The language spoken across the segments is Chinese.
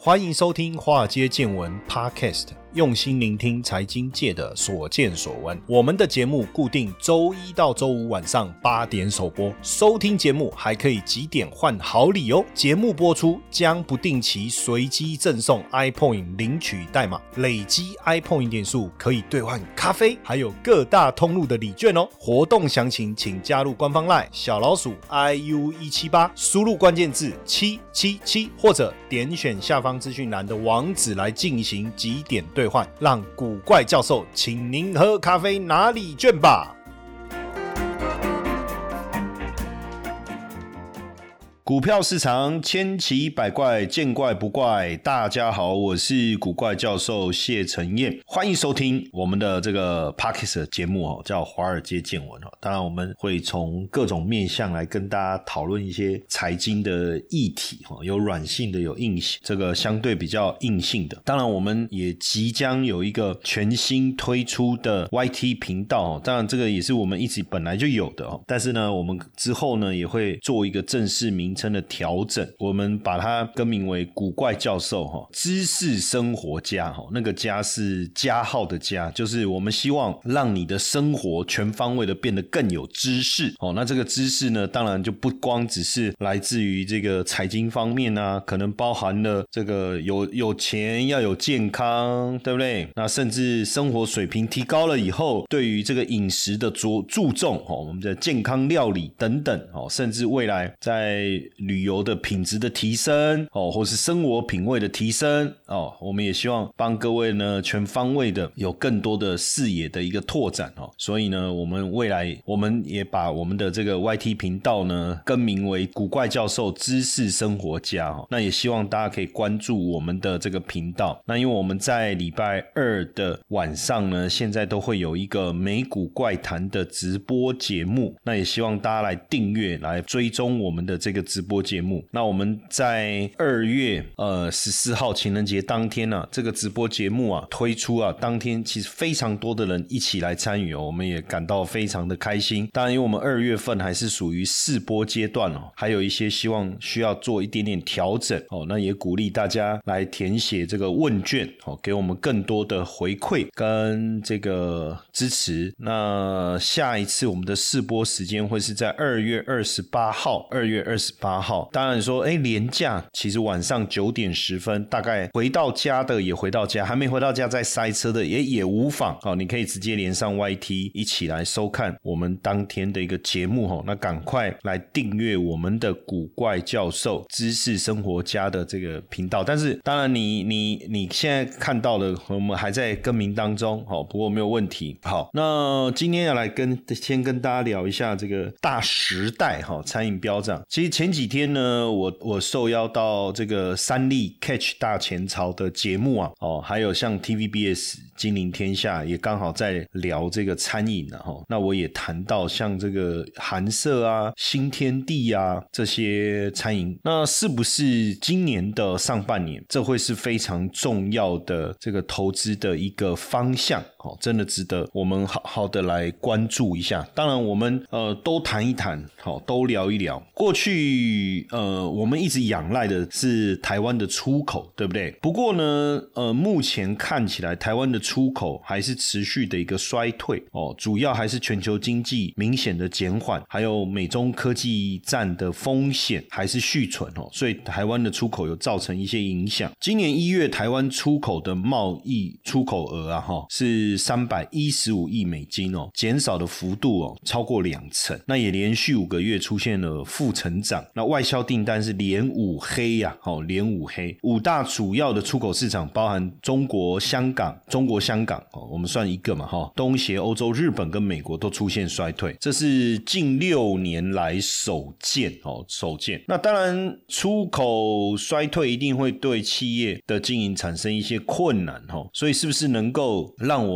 欢迎收听华尔街见闻 Podcast， 用心聆听财经界的所见所闻。我们的节目固定周一到周五晚上8点首播，收听节目还可以集点换好礼哦。节目播出将不定期随机赠送 iPoint 领取代码，累积 iPoint 点数可以兑换咖啡，还有各大通路的礼券哦。活动详情请加入官方 LINE 小老鼠 IU178， 输入关键字777，或者点选下方资讯栏的网址来进行集点兑换，让古怪教授请您喝咖啡拿礼券吧。股票市场千奇百怪，见怪不怪。大家好，我是古怪教授谢承彦，欢迎收听我们的这个 Podcast 节目叫华尔街见闻。当然我们会从各种面向来跟大家讨论一些财经的议题，有软性的，有硬性，这个相对比较硬性的。当然我们也即将有一个全新推出的 YT 频道，当然这个也是我们一直本来就有的，但是呢我们之后呢也会做一个正式名称的调整，我们把它更名为古怪教授知识生活家，那个家是加号的家，就是我们希望让你的生活全方位的变得更有知识。那这个知识呢当然就不光只是来自于这个财经方面啊，可能包含了这个有钱要有健康，对不对？那甚至生活水平提高了以后，对于这个饮食的注重，我们的健康料理等等，甚至未来在旅游的品质的提升，或是生活品味的提升，我们也希望帮各位呢全方位的有更多的视野的一个拓展。所以呢我们未来我们也把我们的这个 YT 频道呢更名为古怪教授知识生活家。那也希望大家可以关注我们的这个频道。那因为我们在礼拜二的晚上呢现在都会有一个美股怪谈的直播节目，那也希望大家来订阅来追踪我们的这个直播节目。那我们在2月14号情人节当天这个直播节目推出当天其实非常多的人一起来参与我们也感到非常的开心。当然因为我们2月份还是属于试播阶段还有一些希望需要做一点点调整那也鼓励大家来填写这个问卷给我们更多的回馈跟这个支持。那下一次我们的试播时间会是在2月28号。当然说连假其实晚上9点10分大概回到家的也回到家，还没回到家在塞车的也无妨你可以直接连上 YT 一起来收看我们当天的一个节目那赶快来订阅我们的古怪教授知识生活家的这个频道。但是当然你现在看到的我们还在更名当中不过没有问题。好，那今天要来先跟大家聊一下这个大时代餐饮飙涨。其实前几天呢我受邀到这个三立 Catch 大前朝的节目还有像 TVBS 金陵天下也刚好在聊这个餐饮那我也谈到像这个韩舍新天地这些餐饮，那是不是今年的上半年这会是非常重要的这个投资的一个方向真的值得我们好好的来关注一下。当然我们都谈一谈都聊一聊。过去我们一直仰赖的是台湾的出口，对不对？不过呢目前看起来台湾的出口还是持续的一个衰退主要还是全球经济明显的减缓，还有美中科技战的风险还是续存所以台湾的出口有造成一些影响。今年1月台湾出口的贸易出口额是315亿美金减少的幅度超过20%，那也连续5个月出现了负成长。那外销订单是连五黑连五黑。5大主要的出口市场包含中国香港我们算一个嘛东协、欧洲、日本跟美国都出现衰退，这是近6年来首见。那当然出口衰退一定会对企业的经营产生一些困难所以是不是能够让我们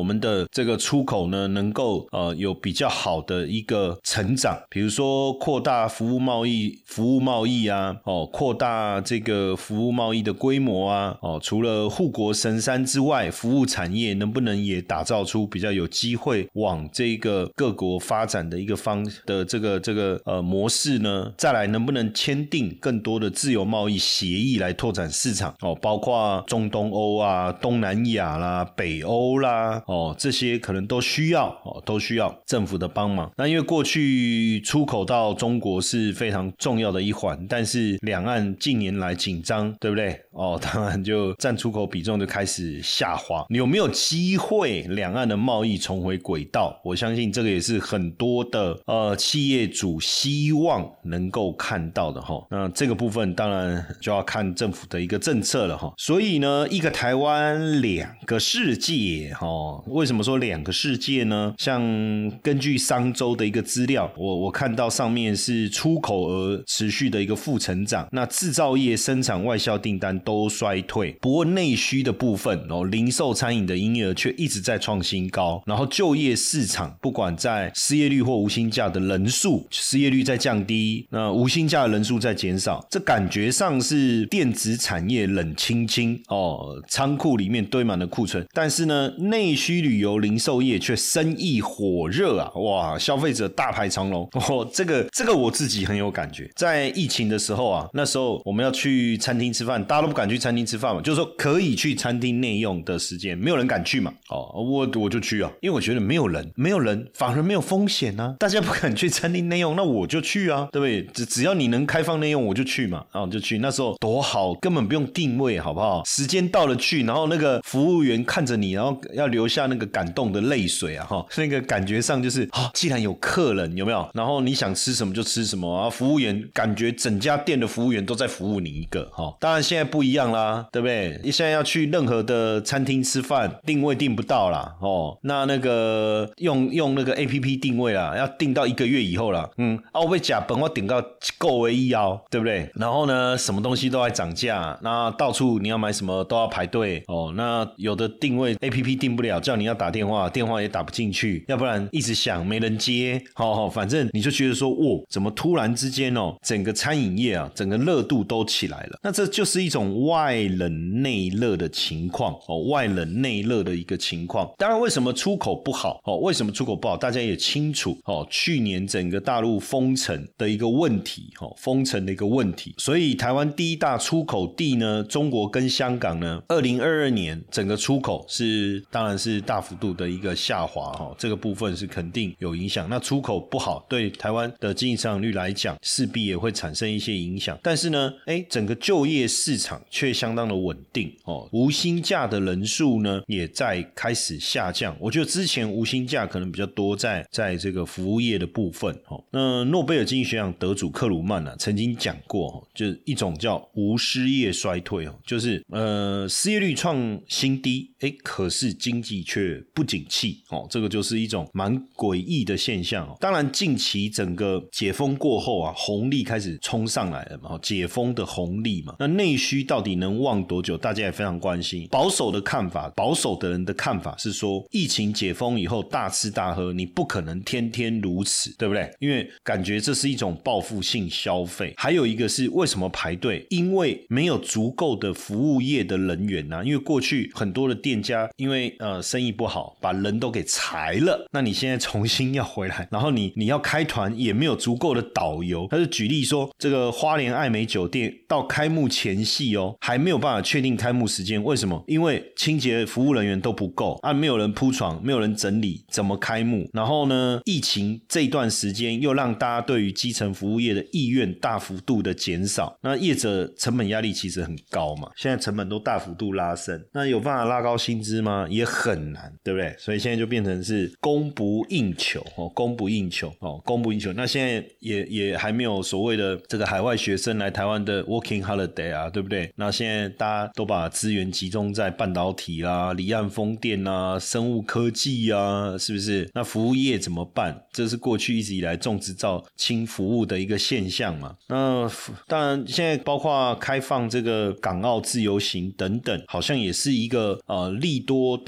们的这个出口呢能够有比较好的一个成长，比如说扩大服务贸易啊，扩大这个服务贸易的规模啊，除了护国神山之外，服务产业能不能也打造出比较有机会往这个各国发展的一个这个模式呢？再来能不能签订更多的自由贸易协议来拓展市场包括中东欧啊、东南亚啦、北欧啦这些可能都需要政府的帮忙。那因为过去出口到中国是非常重要的一环，但是两岸近年来紧张，对不对？当然就占出口比重就开始下滑。有没有机会两岸的贸易重回轨道？我相信这个也是很多的企业主希望能够看到的那这个部分当然就要看政府的一个政策了所以呢，一个台湾两个世界为什么说两个世界呢？像根据商周的一个资料，我看到上面是出口额持续的一个负成长，那制造业生产外销订单都衰退，不过内需的部分零售餐饮的营业额却一直在创新高，然后就业市场不管在失业率或无薪假的人数，失业率在降低，那无薪假的人数在减少，这感觉上是电子产业冷清清仓库里面堆满了库存，但是呢内需旅游零售业却生意火热啊，哇，消费者大排长龙这个我自己很有感觉。在疫情的时候啊，那时候我们要去餐厅吃饭，大家都不敢去餐厅吃饭嘛，就是说可以去餐厅内用的时间没有人敢去嘛我就去啊，因为我觉得没有人反而没有风险啊，大家不敢去餐厅内用，那我就去啊，对不对？只要你能开放内用我就去嘛，然后就去，那时候多好，根本不用定位好不好，时间到了去，然后那个服务员看着你，然后要留下那个感动的泪水啊那个感觉上就是既然有客人有没有，然后你想吃什么就吃什么啊，服务员感觉整家店的服务员都在服务你一个当然现在不一样啦，对不对？现在要去任何的餐厅吃饭定位定不到啦那个用那个 APP 定位啦，要定到1个月以后啦我被假本我定到1个月以后，对不对？然后呢什么东西都在涨价，那到处你要买什么都要排队那有的定位 APP 定不了，叫你要打电话也打不进去，要不然一直响没人接反正你就觉得说怎么突然之间整个餐饮业啊整个热度都起来了，那这就是一种外冷内热的情况外冷内热的一个情况。当然为什么出口不好大家也清楚去年整个大陆封城的一个问题所以台湾第一大出口地呢，中国跟香港呢2022年整个出口当然是大幅度的一个下滑这个部分是肯定有影响。那出口不好对台湾的经济成长率来讲势必也会产生一些影响，但是呢整个就业市场却相当的稳定无薪假的人数呢也在开始下降。我觉得之前无薪假可能比较多在这个服务业的部分那诺贝尔经济学奖得主克鲁曼曾经讲过就是一种叫无失业衰退就是失业率创新低可是经济却不景气这个就是一种蛮诡异的现象当然近期整个解封过后啊，红利开始冲上来了嘛，解封的红利嘛，那内需到底能旺多久，大家也非常关心。保守的人的看法是说，疫情解封以后大吃大喝，你不可能天天如此，对不对？因为感觉这是一种报复性消费。还有一个是为什么排队？因为没有足够的服务业的人员因为过去很多的店家因为生意不好，把人都给裁了，那你现在重新要回来，然后你要开团也没有足够的导游。他就举例说，这个花莲爱美酒店到开幕前夕还没有办法确定开幕时间，为什么？因为清洁服务人员都不够没有人铺床，没有人整理，怎么开幕？然后呢，疫情这一段时间又让大家对于基层服务业的意愿大幅度的减少，那业者成本压力其实很高嘛，现在成本都大幅度拉升，那有办法拉高薪资吗？也很难，对不对？所以现在就变成是供不应求。那现在也还没有所谓的这个海外学生来台湾的 working holiday 啊，对不对？那现在大家都把资源集中在半导体啦、离岸风电啦、生物科技啊，是不是？那服务业怎么办？这是过去一直以来重制造轻服务的一个现象嘛。那当然现在包括开放这个港澳自由行等等，好像也是一个利多的一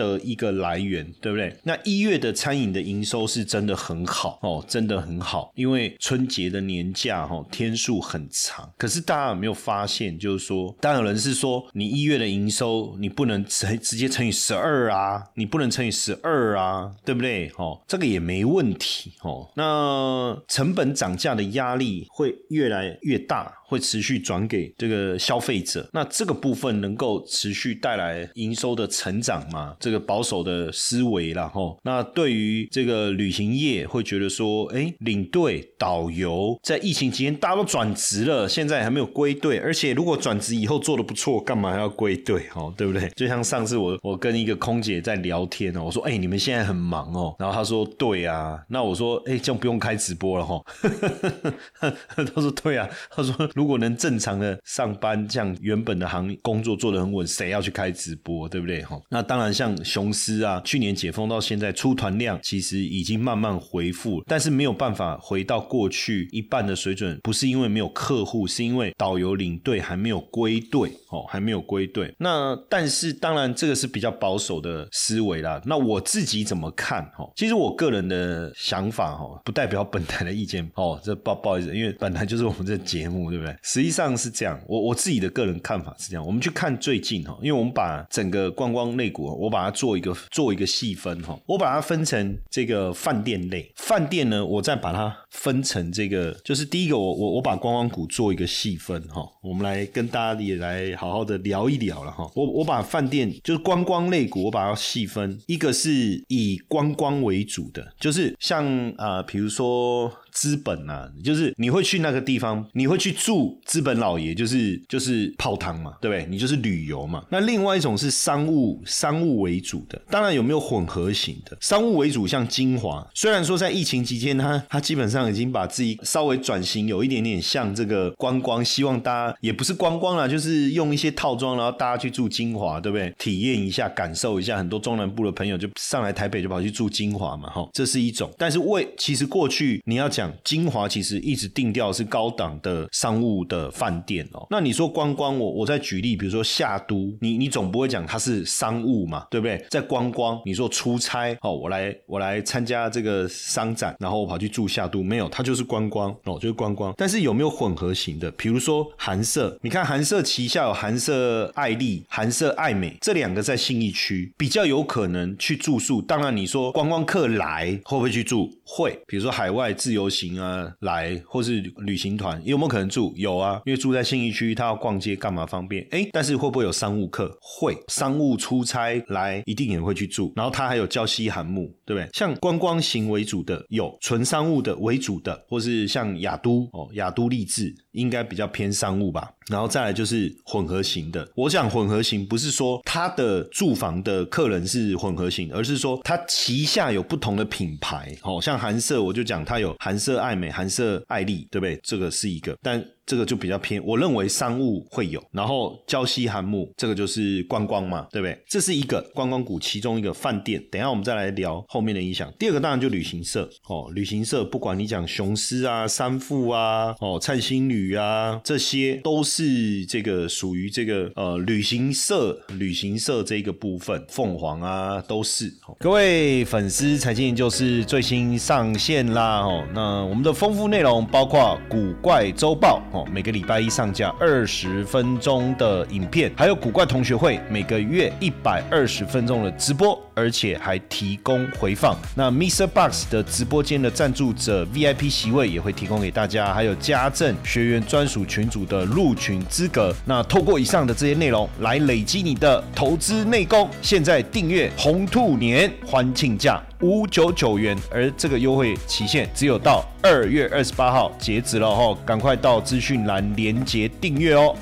个来源，对不对？那1月的餐饮的营收是真的很好真的很好，因为春节的年假天数很长。可是大家有没有发现，就是说，当然有人是说你1月的营收你不能直接乘以12啊，你不能乘以12啊，对不对？这个也没问题那成本涨价的压力会越来越大，会持续转给这个消费者。那这个部分能够持续带来营收的成长吗？这个保守的思维啦那对于这个旅行业会觉得说，领队导游在疫情期间大家都转职了，现在还没有归队，而且如果转职以后做得不错，干嘛还要归队对不对？就像上次我跟一个空姐在聊天我说你们现在很忙然后她说对啊，那我说这样不用开直播了她说对啊，她说如果能正常的上班，这样原本的工作做得很稳，谁要去开直播，对不对那当然像雄狮啊，去年解封到现在出团量其实已经慢慢恢复，但是没有办法回到过去一半的水准，不是因为没有客户，是因为导游领队还没有归队还没有归队。那但是当然这个是比较保守的思维啦。那我自己怎么看其实我个人的想法不代表本台的意见这不好意思，因为本台就是我们这节目，对不对？实际上是这样，我自己的个人看法是这样。我们去看最近因为我们把整个观光类股我把它做一个细分我把它分成这个饭店类，饭店呢我再把它分成这个，就是第一个我把观光股做一个细分我们来跟大家也来好好的聊一聊了我把饭店就是观光类股我把它细分，一个是以观光为主的，就是像比如说资本就是你会去那个地方，你会去住资本老爷，就是泡汤嘛，对不对？你就是旅游嘛。那另外一种是商务为主的，当然有没有混合型的？商务为主像金华，虽然说在疫情期间他基本上已经把自己稍微转型，有一点点像这个观光，希望大家也不是观光啦，就是用一些套装，然后大家去住金华，对不对？体验一下，感受一下，很多中南部的朋友就上来台北就跑去住金华嘛，这是一种。但是其实过去你要讲金华其实一直定调是高档的商务的饭店那你说观光，我再举例，比如说夏都，你总不会讲它是商务嘛，对不对？在观光，你说出差我来参加这个商展，然后我跑去住夏都，没有，它就是观光就是观光。但是有没有混合型的？比如说寒舍，你看寒舍旗下有寒舍爱丽、寒舍爱美，这两个在信义区比较有可能去住宿。当然你说观光客来会不会去住？会，比如说海外自由行来，或是旅行团有没有可能住？有啊，因为住在信义区他要逛街干嘛方便但是会不会有商务客？会，商务出差来一定也会去住，然后他还有礁溪寒沐，对不对？像观光型为主的有，纯商务的为主的，或是像雅都雅都丽致应该比较偏商务吧。然后再来就是混合型的，我讲混合型不是说他的住房的客人是混合型，而是说他旗下有不同的品牌像寒舍我就讲他有寒舍爱美、寒舍爱丽，对不对？这个是一个，但这个就比较偏，我认为商务会有，然后礁溪寒沐这个就是观光嘛，对不对？这是一个观光股其中一个饭店，等一下我们再来聊后面的影响。第二个当然就旅行社旅行社不管你讲雄狮啊、三富啊、灿星旅啊，这些都是这个属于这个旅行社这个部分，凤凰啊都是各位粉丝财经研究室最新上线啦那我们的丰富内容包括古怪周报每个礼拜一上架20分钟的影片，还有古怪同学会每个月120分钟的直播，而且还提供回放。那 MixerBox 的直播间的赞助者 VIP 席位也会提供给大家，还有家政学员专属群组的入群资格。那透过以上的这些内容来累积你的投资内功，现在订阅红兔年欢庆价599元，而这个优惠期限只有到2月28号截止了赶快到资讯栏连结订阅哦。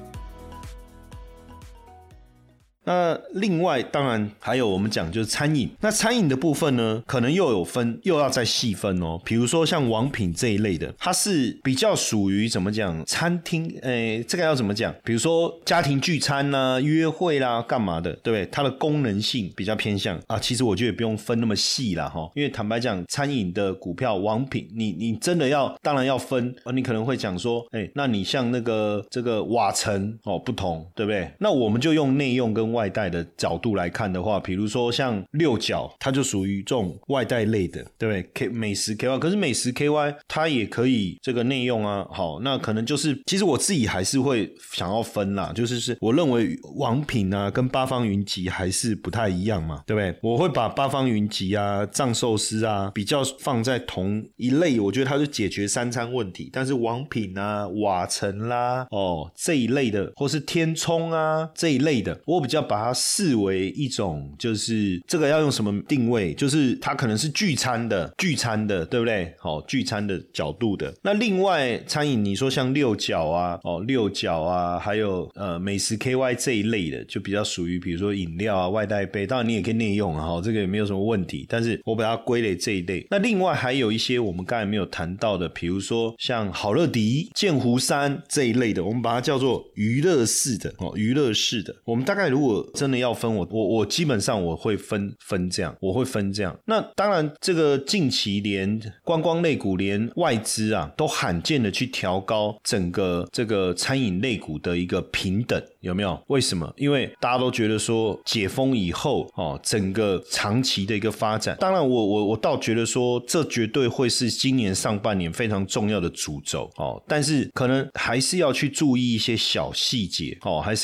那另外当然还有我们讲就是餐饮，那餐饮的部分呢可能又要再细分比如说像王品这一类的，它是比较属于怎么讲餐厅这个要怎么讲，比如说家庭聚餐啦、约会啦干嘛的，对不对？它的功能性比较偏向其实我觉得也不用分那么细啦因为坦白讲餐饮的股票王品你真的当然要分你可能会讲说那你像这个瓦城不同，对不对？那我们就用内用跟外外带的角度来看的话，比如说像六角，它就属于这种外带类的，对不对？美食 KY， 可是美食 KY 它也可以这个内用啊。好，那可能就是其实我自己还是会想要分啦，就是我认为王品啊跟八方云集还是不太一样嘛，对不对？我会把八方云集啊、藏寿司啊比较放在同一类，我觉得它是解决三餐问题。但是王品啊、瓦城啦、这一类的，或是天冲啊这一类的，我比较把它视为一种，就是这个要用什么定位，就是它可能是聚餐的，对不对？聚餐的角度的。那另外餐饮，你说像六角啊，还有美食 KY 这一类的，就比较属于比如说饮料啊、外带杯，当然你也可以内用啊，这个也没有什么问题。但是我把它归类这一类。那另外还有一些我们刚才没有谈到的，比如说像好乐迪、剑湖山这一类的，我们把它叫做娱乐式的。我们大概如果真的要分，我基本上我会分这样，那当然这个近期连观光类股连外资啊都罕见的去调高整个这个餐饮类股的一个平等，有没有？为什么？因为大家都觉得说解封以后整个长期的一个发展，当然我倒觉得说这绝对会是今年上半年非常重要的主轴但是可能还是要去注意一些小细节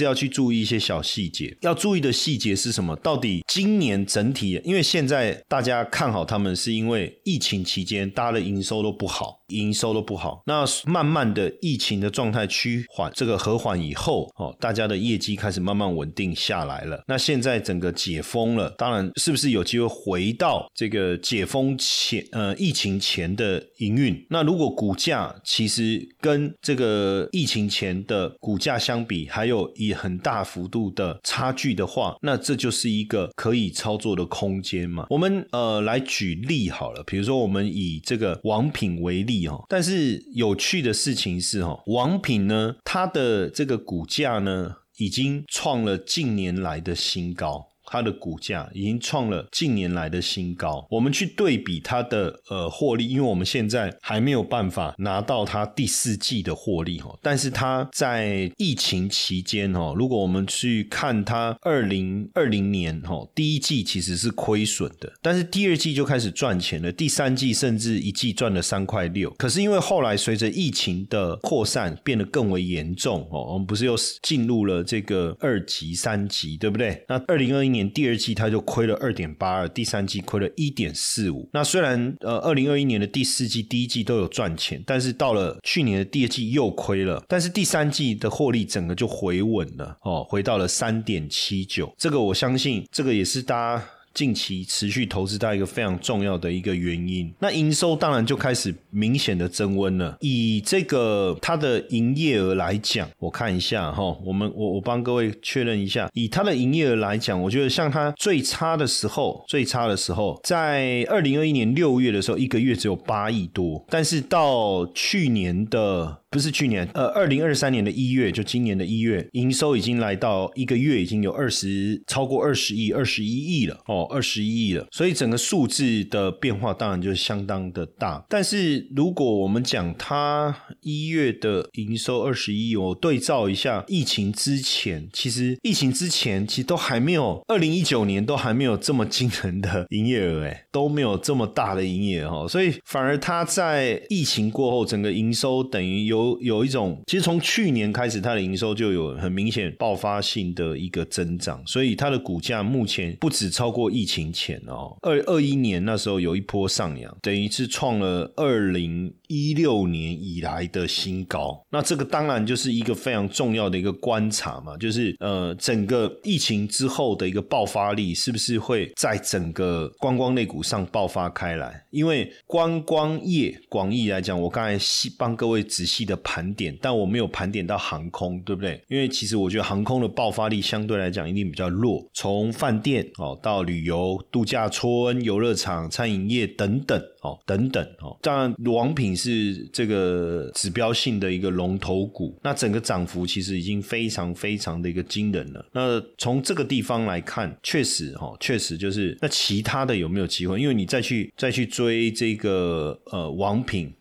要注意的细节是什么？到底今年整体，因为现在大家看好他们是因为疫情期间大家的营收都不好，那慢慢的疫情的状态趋缓，这个和缓以后大家的业绩开始慢慢稳定下来了。那现在整个解封了，当然是不是有机会回到这个解封前疫情前的营运？那如果股价其实跟这个疫情前的股价相比还有以很大幅度的差距的话，那这就是一个可以操作的空间嘛。我们来举例好了，比如说我们以这个王品为例但是有趣的事情是王品呢，它的这个股价呢已经创了近年来的新高，它的股价已经创了近年来的新高。我们去对比它的获利，因为我们现在还没有办法拿到它第四季的获利但是它在疫情期间如果我们去看它2020年第一季其实是亏损的，但是第二季就开始赚钱了，第三季甚至一季赚了3.6块。可是因为后来随着疫情的扩散变得更为严重我们不是又进入了这个2级3级，对不对？那2021年第二季它就亏了 2.82， 第三季亏了 1.45。 那虽然2021年的第四季第一季都有赚钱，但是到了去年的第二季又亏了，但是第三季的获利整个就回稳了回到了 3.79。 这个我相信这个也是大家近期持续投资到一个非常重要的一个原因。那营收当然就开始明显的增温了。以这个它的营业额来讲，我看一下我帮各位确认一下，以它的营业额来讲，我觉得像它最差的时候在2021年6月的时候一个月只有8亿多，但是到去年的不是去年2023年的1月，就今年的1月，营收已经来到一个月已经有超过20亿21亿了21亿了。所以整个数字的变化当然就是相当的大。但是如果我们讲它1月的营收21亿，我对照一下疫情之前，其实都还没有2019年都还没有这么惊人的营业额都没有这么大的营业额所以反而它在疫情过后整个营收等于有一种，其实从去年开始它的营收就有很明显爆发性的一个增长，所以它的股价目前不止超过疫情前2021年那时候有一波上扬，等于是创了2016年以来的新高。那这个当然就是一个非常重要的一个观察嘛，就是整个疫情之后的一个爆发力是不是会在整个观光类股上爆发开来。因为观光业广义来讲，我刚才帮各位仔细的盘点，但我没有盘点到航空，对不对？因为其实我觉得航空的爆发力相对来讲一定比较弱，从饭店到旅游、度假村、游乐场、餐饮业等等当然王品是这个指标性的一个龙头股，那整个涨幅其实已经非常非常的一个惊人了。那从这个地方来看，确实就是那其他的有没有机会？因为你再去追这个王品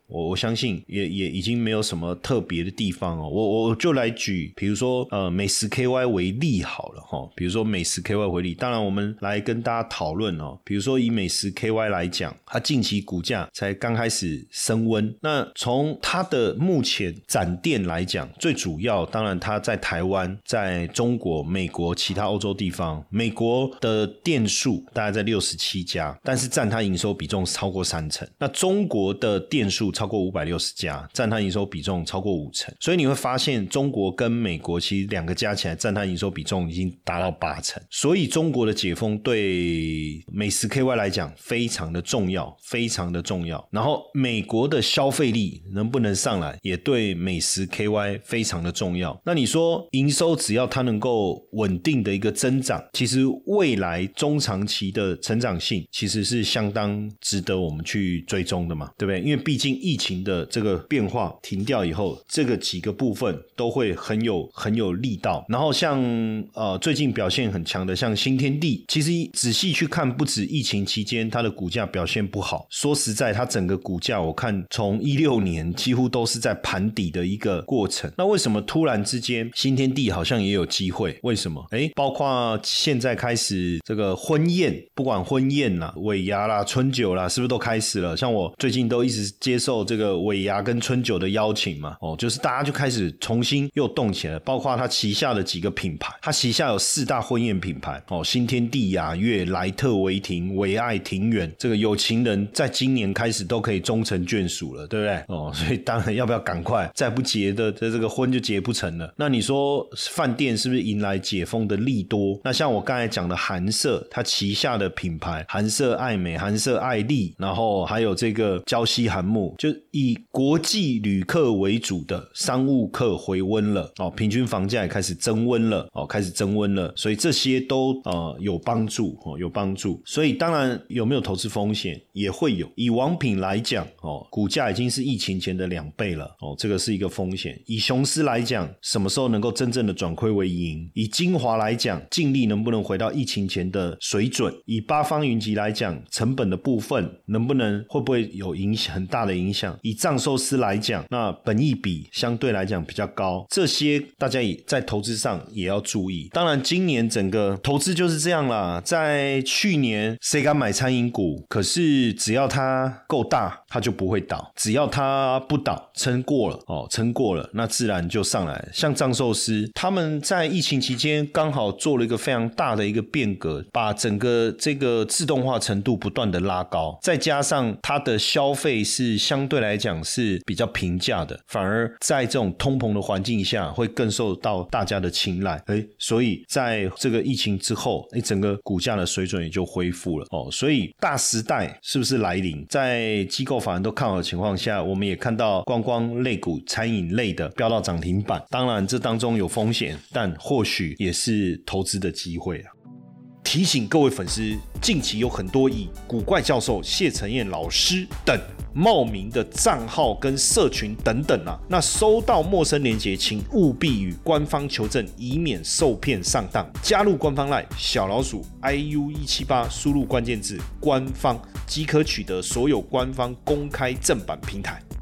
我相信也已经没有什么特别的地方哦。我就来举比如说美食 KY 为例好了齁，比如说美食 KY 为例，当然我们来跟大家讨论哦，比如说以美食 KY 来讲，它近期股价才刚开始升温，那从它的目前展店来讲，最主要当然它在台湾、在中国、美国其他欧洲地方，美国的店数大概在67家，但是占它营收比重超过30%，那中国的店数超过560家，占它营收比重超过50%，所以你会发现中国跟美国其实两个加起来占它营收比重已经达到80%，所以中国的解封对美食 KY 来讲非常的重要，非常的重要，然后美国的消费力能不能上来也对美食 KY 非常的重要。那你说营收只要它能够稳定的一个增长，其实未来中长期的成长性其实是相当值得我们去追踪的嘛，对不对？因为毕竟疫情的这个变化停掉以后，这个几个部分都会很有力道。然后像最近表现很强的像新天地，其实仔细去看，不止疫情期间它的股价表现不好，说实在它整个股价我看从16年几乎都是在盘底的一个过程。那为什么突然之间新天地好像也有机会？为什么？包括现在开始这个婚宴，不管婚宴啦、尾牙啦、春酒啦，是不是都开始了？像我最近都一直接受这个尾牙跟春酒的邀请嘛，就是大家就开始重新又动起来，包括他旗下的几个品牌，他旗下有4大婚宴品牌，新天地、雅悦、莱特维廷、维爱庭园，这个有情人在今年开始都可以终成眷属了，对不对？所以当然要不要赶快，再不结的这个婚就结不成了。那你说饭店是不是迎来解封的利多？那像我刚才讲的韩舍，它旗下的品牌韩舍爱美、韩舍爱丽，然后还有这个礁溪韩木，就以国际旅客为主的商务客回温了，平均房价也开始增温了，所以这些都有帮助，所以当然有没有投资风险也会有。以王品来讲，股价已经是疫情前的2倍了，这个是一个风险。以雄狮来讲，什么时候能够真正的转亏为盈？以精华来讲，净利能不能回到疫情前的水准？以八方云集来讲，成本的部分会不会有很大的影响？以藏寿司来讲，那本益比相对来讲比较高，这些大家也在投资上也要注意。当然今年整个投资就是这样啦，在去年谁敢买餐饮股？可是只要它够大，它就不会倒，只要它不倒，撑过了，那自然就上来。像藏寿司他们在疫情期间刚好做了一个非常大的一个变革，把整个这个自动化程度不断的拉高，再加上它的消费是相对来讲是比较平价的，反而在这种通膨的环境下会更受到大家的青睐，所以在这个疫情之后，整个股价的水准也就恢复了，所以大时代是不是来临？在机构法人都看好的情况下，我们也看到观光类股、餐饮类的飙到涨停板，当然这当中有风险，但或许也是投资的机会啊。提醒各位粉丝，近期有很多以古怪教授、谢承彦老师等冒名的账号跟社群等等那收到陌生连结，请务必与官方求证，以免受骗上当。加入官方 LINE 小老鼠 IU178，输入关键字官方即可取得所有官方公开正版平台。